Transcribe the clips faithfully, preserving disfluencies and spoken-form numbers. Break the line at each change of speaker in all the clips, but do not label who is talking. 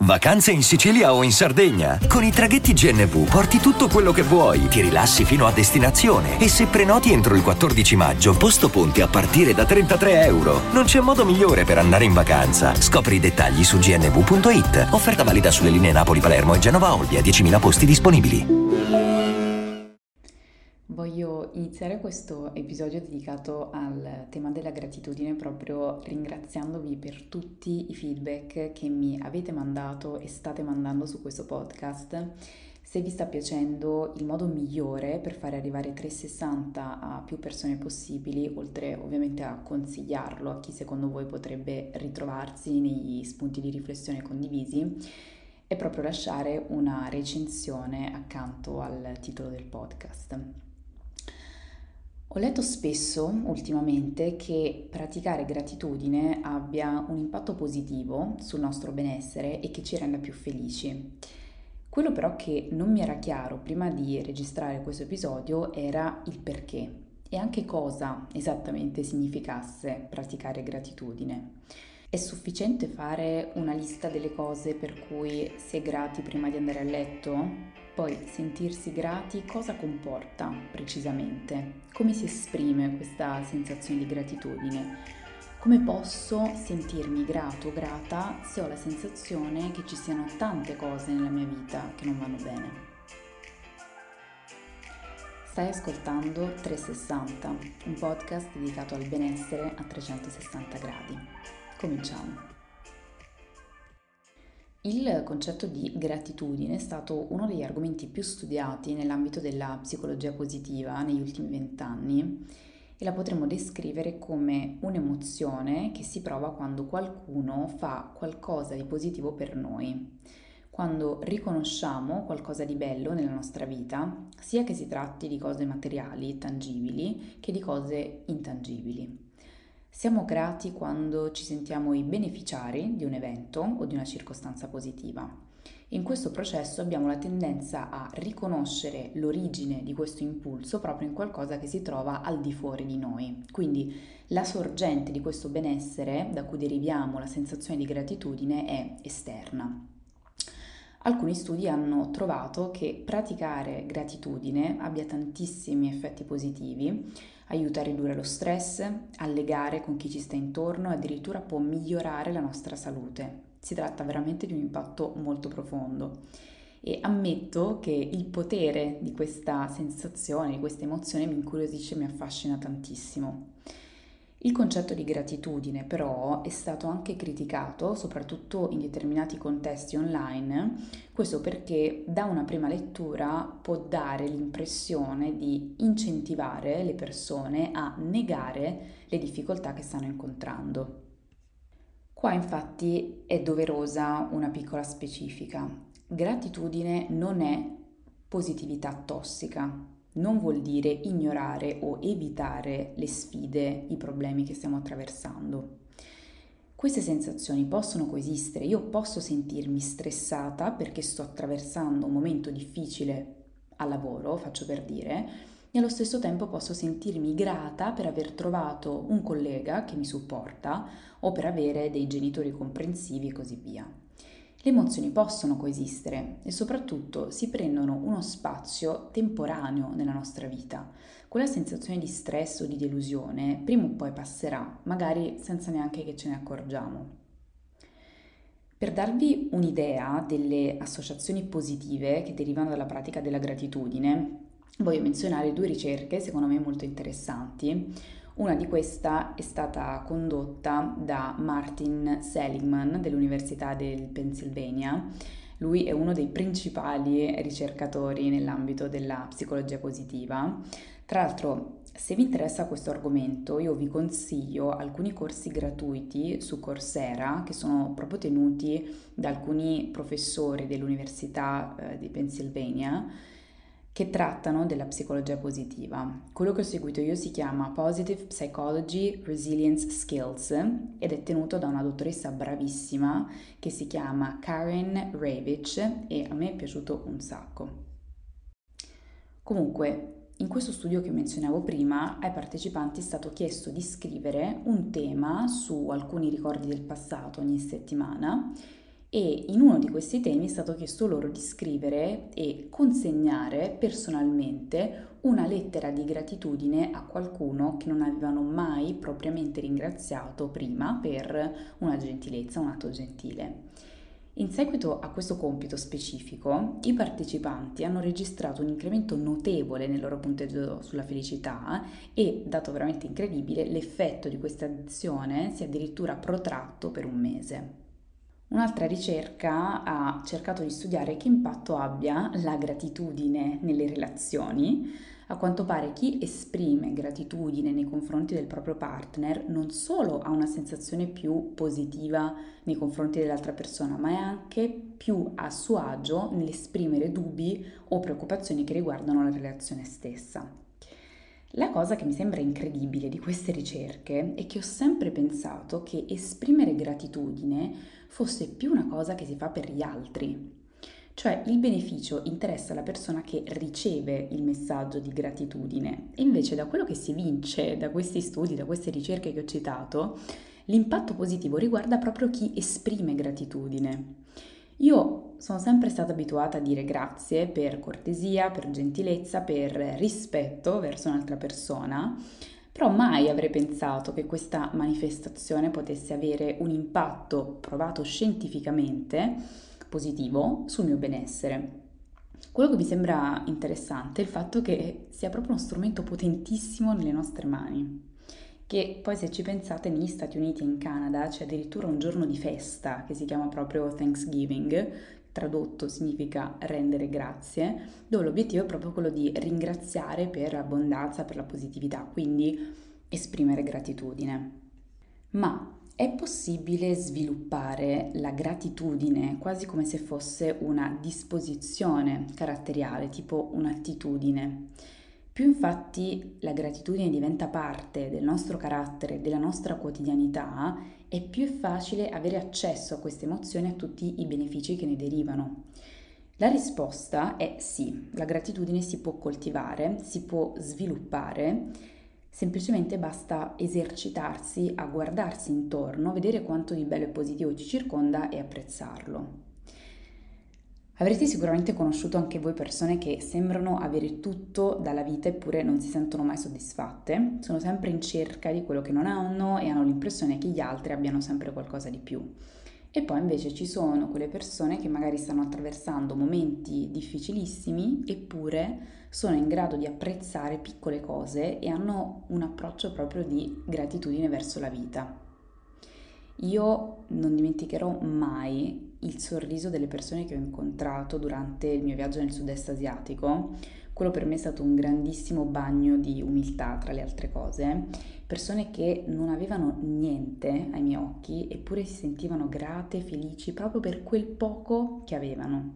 Vacanze in Sicilia o in Sardegna? Con i traghetti G N V porti tutto quello che vuoi, ti rilassi fino a destinazione e se prenoti entro il quattordici maggio, posto ponti a partire da trentatré euro. Non c'è modo migliore per andare in vacanza. Scopri i dettagli su g n v punto i t. Offerta valida sulle linee Napoli-Palermo e Genova-Olbia, diecimila posti disponibili.
Voglio iniziare questo episodio dedicato al tema della gratitudine proprio ringraziandovi per tutti i feedback che mi avete mandato e state mandando su questo podcast. Se vi sta piacendo, il modo migliore per fare arrivare trecentosessanta a più persone possibili, oltre ovviamente a consigliarlo a chi secondo voi potrebbe ritrovarsi negli spunti di riflessione condivisi, è proprio lasciare una recensione accanto al titolo del podcast. Ho letto spesso ultimamente che praticare gratitudine abbia un impatto positivo sul nostro benessere e che ci renda più felici. Quello però che non mi era chiaro prima di registrare questo episodio era il perché e anche cosa esattamente significasse praticare gratitudine. È sufficiente fare una lista delle cose per cui si è grati prima di andare a letto? Poi sentirsi grati cosa comporta precisamente? Come si esprime questa sensazione di gratitudine? Come posso sentirmi grato o grata se ho la sensazione che ci siano tante cose nella mia vita che non vanno bene? Stai ascoltando trecentosessanta, un podcast dedicato al benessere a trecentosessanta gradi. Cominciamo. Il concetto di gratitudine è stato uno degli argomenti più studiati nell'ambito della psicologia positiva negli ultimi vent'anni e la potremmo descrivere come un'emozione che si prova quando qualcuno fa qualcosa di positivo per noi, quando riconosciamo qualcosa di bello nella nostra vita, sia che si tratti di cose materiali, tangibili, che di cose intangibili. Siamo grati quando ci sentiamo i beneficiari di un evento o di una circostanza positiva. In questo processo abbiamo la tendenza a riconoscere l'origine di questo impulso proprio in qualcosa che si trova al di fuori di noi. Quindi la sorgente di questo benessere da cui deriviamo la sensazione di gratitudine è esterna. Alcuni studi hanno trovato che praticare gratitudine abbia tantissimi effetti positivi, aiuta a ridurre lo stress, a legare con chi ci sta intorno e addirittura può migliorare la nostra salute. Si tratta veramente di un impatto molto profondo e ammetto che il potere di questa sensazione, di questa emozione mi incuriosisce e mi affascina tantissimo. Il concetto di gratitudine però è stato anche criticato, soprattutto in determinati contesti online, questo perché da una prima lettura può dare l'impressione di incentivare le persone a negare le difficoltà che stanno incontrando. Qua infatti è doverosa una piccola specifica. Gratitudine non è positività tossica. Non vuol dire ignorare o evitare le sfide, i problemi che stiamo attraversando. Queste sensazioni possono coesistere, io posso sentirmi stressata perché sto attraversando un momento difficile al lavoro, faccio per dire, e allo stesso tempo posso sentirmi grata per aver trovato un collega che mi supporta o per avere dei genitori comprensivi e così via. Le emozioni possono coesistere e soprattutto si prendono uno spazio temporaneo nella nostra vita. Quella sensazione di stress o di delusione prima o poi passerà, magari senza neanche che ce ne accorgiamo. Per darvi un'idea delle associazioni positive che derivano dalla pratica della gratitudine, voglio menzionare due ricerche secondo me molto interessanti. Una di queste è stata condotta da Martin Seligman dell'Università del Pennsylvania. Lui è uno dei principali ricercatori nell'ambito della psicologia positiva. Tra l'altro, se vi interessa questo argomento, io vi consiglio alcuni corsi gratuiti su Coursera che sono proprio tenuti da alcuni professori dell'Università eh, di Pennsylvania che trattano della psicologia positiva. Quello che ho seguito io si chiama Positive Psychology Resilience Skills ed è tenuto da una dottoressa bravissima che si chiama Karen Ravitch e a me è piaciuto un sacco. Comunque, in questo studio che menzionavo prima, ai partecipanti è stato chiesto di scrivere un tema su alcuni ricordi del passato ogni settimana e in uno di questi temi è stato chiesto loro di scrivere e consegnare personalmente una lettera di gratitudine a qualcuno che non avevano mai propriamente ringraziato prima per una gentilezza, un atto gentile. In seguito a questo compito specifico, i partecipanti hanno registrato un incremento notevole nel loro punteggio sulla felicità e, dato veramente incredibile, l'effetto di questa azione si è addirittura protratto per un mese. Un'altra ricerca ha cercato di studiare che impatto abbia la gratitudine nelle relazioni. A quanto pare chi esprime gratitudine nei confronti del proprio partner non solo ha una sensazione più positiva nei confronti dell'altra persona, ma è anche più a suo agio nell'esprimere dubbi o preoccupazioni che riguardano la relazione stessa. La cosa che mi sembra incredibile di queste ricerche è che ho sempre pensato che esprimere gratitudine fosse più una cosa che si fa per gli altri. Cioè il beneficio interessa la persona che riceve il messaggio di gratitudine e invece da quello che si evince da questi studi, da queste ricerche che ho citato, l'impatto positivo riguarda proprio chi esprime gratitudine. Io sono sempre stata abituata a dire grazie per cortesia, per gentilezza, per rispetto verso un'altra persona, però mai avrei pensato che questa manifestazione potesse avere un impatto provato scientificamente positivo sul mio benessere. Quello che mi sembra interessante è il fatto che sia proprio uno strumento potentissimo nelle nostre mani, che poi se ci pensate negli Stati Uniti e in Canada c'è addirittura un giorno di festa che si chiama proprio Thanksgiving, tradotto significa rendere grazie, dove l'obiettivo è proprio quello di ringraziare per l'abbondanza, per la positività, quindi esprimere gratitudine. Ma è possibile sviluppare la gratitudine quasi come se fosse una disposizione caratteriale, tipo un'attitudine. Più infatti la gratitudine diventa parte del nostro carattere, della nostra quotidianità, è più facile avere accesso a queste emozioni e a tutti i benefici che ne derivano. La risposta è sì, la gratitudine si può coltivare, si può sviluppare. Semplicemente basta esercitarsi a guardarsi intorno, vedere quanto di bello e positivo ci circonda e apprezzarlo. Avrete sicuramente conosciuto anche voi persone che sembrano avere tutto dalla vita eppure non si sentono mai soddisfatte, sono sempre in cerca di quello che non hanno e hanno l'impressione che gli altri abbiano sempre qualcosa di più. E poi invece ci sono quelle persone che magari stanno attraversando momenti difficilissimi eppure sono in grado di apprezzare piccole cose e hanno un approccio proprio di gratitudine verso la vita. Io non dimenticherò mai il sorriso delle persone che ho incontrato durante il mio viaggio nel sud-est asiatico. Quello per me è stato un grandissimo bagno di umiltà, tra le altre cose. Persone che non avevano niente ai miei occhi, eppure si sentivano grate, felici, proprio per quel poco che avevano.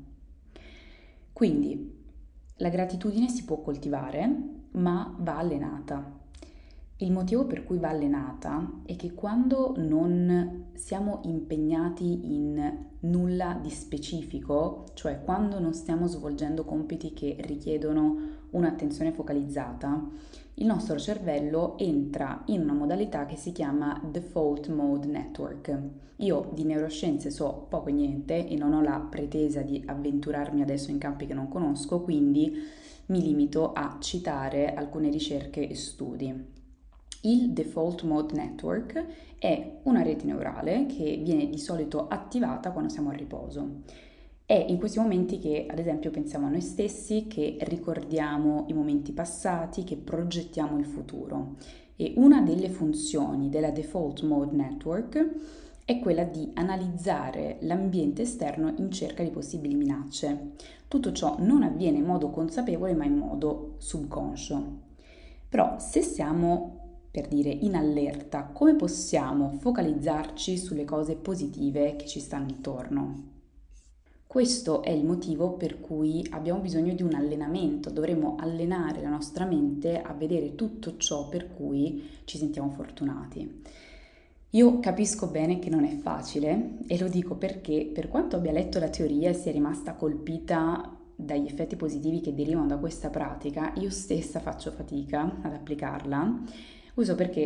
Quindi, la gratitudine si può coltivare, ma va allenata. Il motivo per cui va allenata è che quando non siamo impegnati in nulla di specifico, cioè quando non stiamo svolgendo compiti che richiedono un'attenzione focalizzata, il nostro cervello entra in una modalità che si chiama Default Mode Network. Io di neuroscienze so poco e niente e non ho la pretesa di avventurarmi adesso in campi che non conosco, quindi mi limito a citare alcune ricerche e studi. Il Default Mode Network è una rete neurale che viene di solito attivata quando siamo a riposo. È in questi momenti che, ad esempio, pensiamo a noi stessi, che ricordiamo i momenti passati, che progettiamo il futuro. E una delle funzioni della Default Mode Network è quella di analizzare l'ambiente esterno in cerca di possibili minacce. Tutto ciò non avviene in modo consapevole, ma in modo subconscio. Però se siamo, per dire, in allerta, come possiamo focalizzarci sulle cose positive che ci stanno intorno? Questo è il motivo per cui abbiamo bisogno di un allenamento, dovremmo allenare la nostra mente a vedere tutto ciò per cui ci sentiamo fortunati. Io capisco bene che non è facile e lo dico perché, per quanto abbia letto la teoria e sia rimasta colpita dagli effetti positivi che derivano da questa pratica, io stessa faccio fatica ad applicarla. Questo perché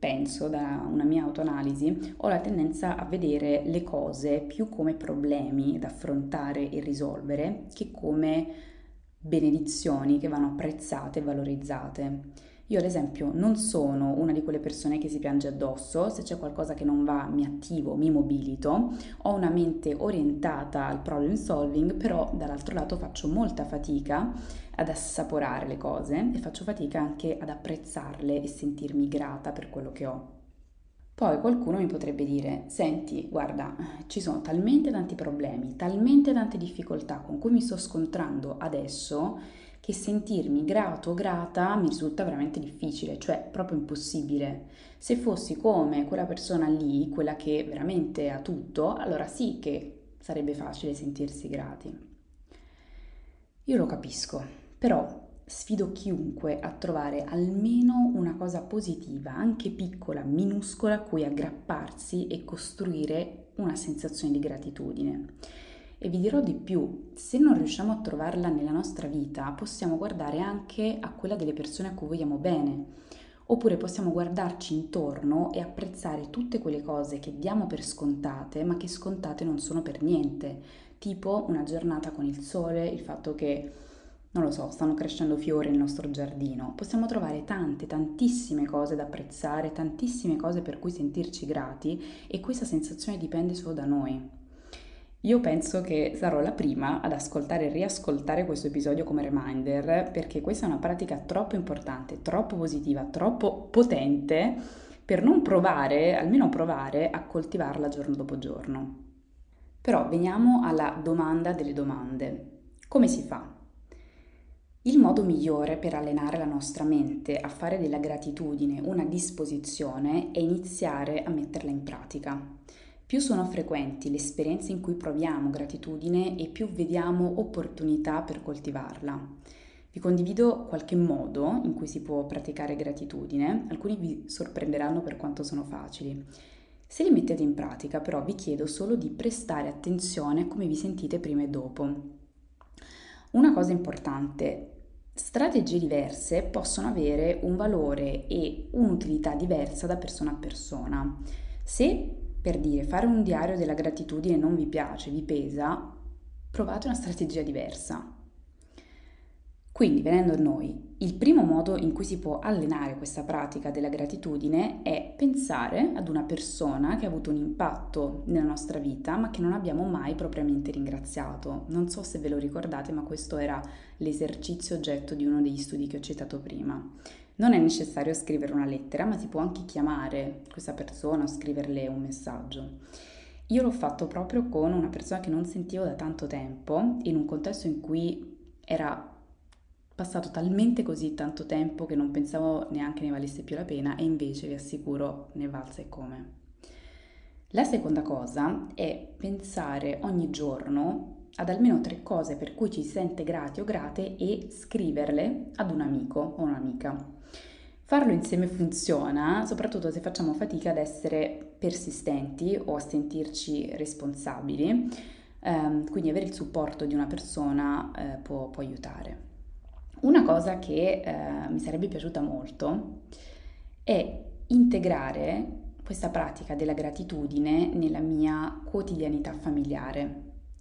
penso, da una mia autoanalisi, ho la tendenza a vedere le cose più come problemi da affrontare e risolvere che come benedizioni che vanno apprezzate e valorizzate. Io ad esempio non sono una di quelle persone che si piange addosso, se c'è qualcosa che non va mi attivo, mi mobilito, ho una mente orientata al problem solving, però dall'altro lato faccio molta fatica ad assaporare le cose e faccio fatica anche ad apprezzarle e sentirmi grata per quello che ho. Poi qualcuno mi potrebbe dire, senti, guarda, ci sono talmente tanti problemi, talmente tante difficoltà con cui mi sto scontrando adesso che sentirmi grato o grata mi risulta veramente difficile, cioè proprio impossibile. Se fossi come quella persona lì, quella che veramente ha tutto, allora sì che sarebbe facile sentirsi grati. Io lo capisco, però sfido chiunque a trovare almeno una cosa positiva, anche piccola, minuscola, a cui aggrapparsi e costruire una sensazione di gratitudine. E vi dirò di più, se non riusciamo a trovarla nella nostra vita, possiamo guardare anche a quella delle persone a cui vogliamo bene, oppure possiamo guardarci intorno e apprezzare tutte quelle cose che diamo per scontate, ma che scontate non sono per niente, tipo una giornata con il sole, il fatto che, non lo so, stanno crescendo fiori nel nostro giardino. Possiamo trovare tante, tantissime cose da apprezzare, tantissime cose per cui sentirci grati e questa sensazione dipende solo da noi. Io penso che sarò la prima ad ascoltare e riascoltare questo episodio come reminder perché questa è una pratica troppo importante, troppo positiva, troppo potente per non provare, almeno provare a coltivarla giorno dopo giorno. Però veniamo alla domanda delle domande. Come si fa? Il modo migliore per allenare la nostra mente a fare della gratitudine una disposizione è iniziare a metterla in pratica. Più sono frequenti le esperienze in cui proviamo gratitudine e più vediamo opportunità per coltivarla. Vi condivido qualche modo in cui si può praticare gratitudine, alcuni vi sorprenderanno per quanto sono facili. Se li mettete in pratica, però, vi chiedo solo di prestare attenzione a come vi sentite prima e dopo. Una cosa importante, strategie diverse possono avere un valore e un'utilità diversa da persona a persona. Se per dire fare un diario della gratitudine non vi piace, vi pesa, provate una strategia diversa. Quindi, venendo a noi, il primo modo in cui si può allenare questa pratica della gratitudine è pensare ad una persona che ha avuto un impatto nella nostra vita, ma che non abbiamo mai propriamente ringraziato. Non so se ve lo ricordate, ma questo era l'esercizio oggetto di uno degli studi che ho citato prima. Non è necessario scrivere una lettera, ma si può anche chiamare questa persona o scriverle un messaggio. Io l'ho fatto proprio con una persona che non sentivo da tanto tempo, in un contesto in cui era passato talmente così tanto tempo che non pensavo neanche ne valesse più la pena, e invece vi assicuro ne valsa e come. La seconda cosa è pensare ogni giorno ad almeno tre cose per cui ci si sente grati o grate e scriverle ad un amico o un'amica. Farlo insieme funziona, soprattutto se facciamo fatica ad essere persistenti o a sentirci responsabili, ehm, quindi avere il supporto di una persona eh, può, può aiutare. Una cosa che eh, mi sarebbe piaciuta molto è integrare questa pratica della gratitudine nella mia quotidianità familiare.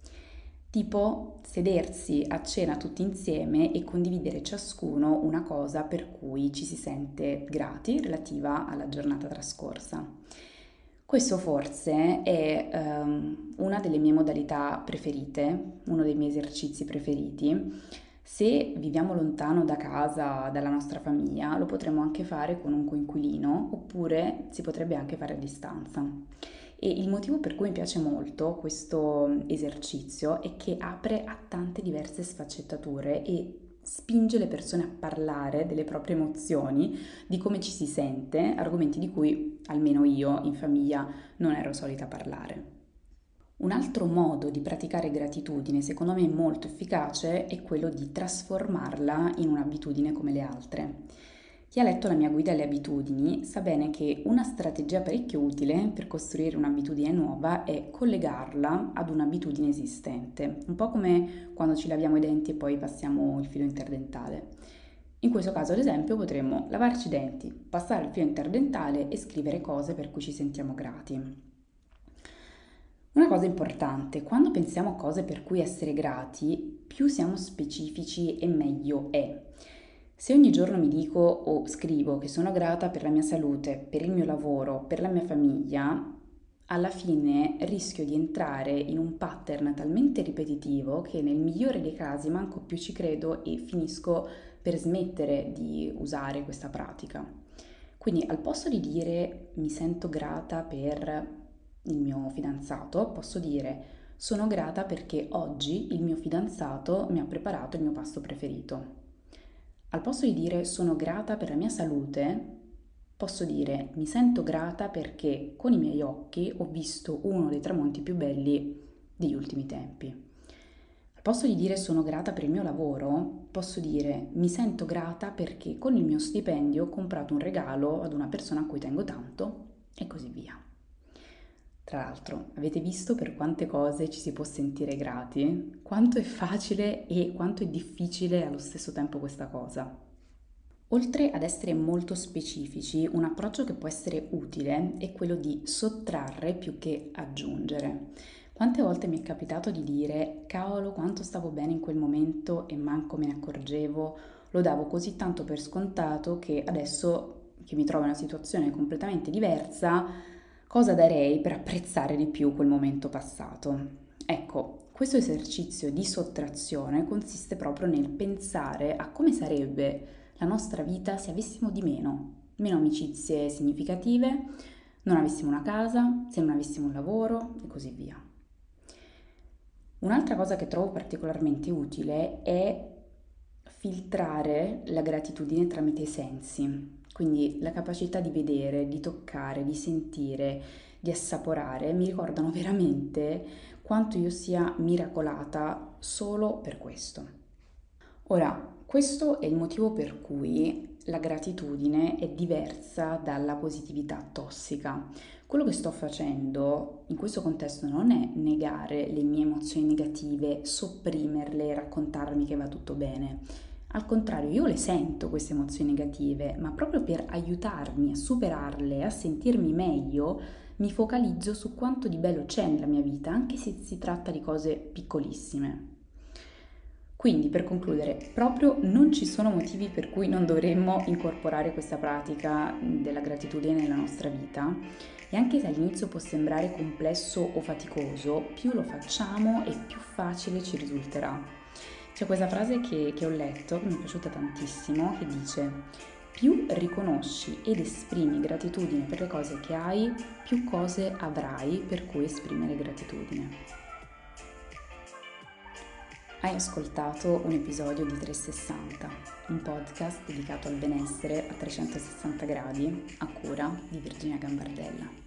Tipo sedersi a cena tutti insieme e condividere ciascuno una cosa per cui ci si sente grati relativa alla giornata trascorsa. Questo forse è um, una delle mie modalità preferite, uno dei miei esercizi preferiti. Se viviamo lontano da casa, dalla nostra famiglia, lo potremmo anche fare con un coinquilino oppure si potrebbe anche fare a distanza. E il motivo per cui mi piace molto questo esercizio è che apre a tante diverse sfaccettature e spinge le persone a parlare delle proprie emozioni, di come ci si sente, argomenti di cui almeno io in famiglia non ero solita parlare. Un altro modo di praticare gratitudine, secondo me molto efficace, è quello di trasformarla in un'abitudine come le altre. Chi ha letto la mia guida alle abitudini sa bene che una strategia parecchio utile per costruire un'abitudine nuova è collegarla ad un'abitudine esistente, un po' come quando ci laviamo i denti e poi passiamo il filo interdentale. In questo caso, ad esempio, potremmo lavarci i denti, passare il filo interdentale e scrivere cose per cui ci sentiamo grati. Una cosa importante, quando pensiamo a cose per cui essere grati, più siamo specifici e meglio è. Se ogni giorno mi dico o scrivo che sono grata per la mia salute, per il mio lavoro, per la mia famiglia, alla fine rischio di entrare in un pattern talmente ripetitivo che nel migliore dei casi manco più ci credo e finisco per smettere di usare questa pratica. Quindi al posto di dire mi sento grata per il mio fidanzato, posso dire sono grata perché oggi il mio fidanzato mi ha preparato il mio pasto preferito. Al posto di dire sono grata per la mia salute, posso dire mi sento grata perché con i miei occhi ho visto uno dei tramonti più belli degli ultimi tempi. Al posto di dire sono grata per il mio lavoro, posso dire mi sento grata perché con il mio stipendio ho comprato un regalo ad una persona a cui tengo tanto e così via. Tra l'altro, avete visto per quante cose ci si può sentire grati? Quanto è facile e quanto è difficile allo stesso tempo questa cosa. Oltre ad essere molto specifici, un approccio che può essere utile è quello di sottrarre più che aggiungere. Quante volte mi è capitato di dire cavolo quanto stavo bene in quel momento e manco me ne accorgevo, lo davo così tanto per scontato che adesso che mi trovo in una situazione completamente diversa, cosa darei per apprezzare di più quel momento passato? Ecco, questo esercizio di sottrazione consiste proprio nel pensare a come sarebbe la nostra vita se avessimo di meno, meno amicizie significative, non avessimo una casa, se non avessimo un lavoro e così via. Un'altra cosa che trovo particolarmente utile è filtrare la gratitudine tramite i sensi. Quindi la capacità di vedere, di toccare, di sentire, di assaporare mi ricordano veramente quanto io sia miracolata solo per questo. Ora, questo è il motivo per cui la gratitudine è diversa dalla positività tossica. Quello che sto facendo in questo contesto non è negare le mie emozioni negative, sopprimerle, raccontarmi che va tutto bene. Al contrario, io le sento queste emozioni negative, ma proprio per aiutarmi a superarle, a sentirmi meglio, mi focalizzo su quanto di bello c'è nella mia vita, anche se si tratta di cose piccolissime. Quindi, per concludere, proprio non ci sono motivi per cui non dovremmo incorporare questa pratica della gratitudine nella nostra vita. E anche se all'inizio può sembrare complesso o faticoso, più lo facciamo e più facile ci risulterà. C'è questa frase che, che ho letto, che mi è piaciuta tantissimo, che dice: più riconosci ed esprimi gratitudine per le cose che hai, più cose avrai per cui esprimere gratitudine. Hai ascoltato un episodio di trecentosessanta, un podcast dedicato al benessere a trecentosessanta gradi, a cura di Virginia Gambardella.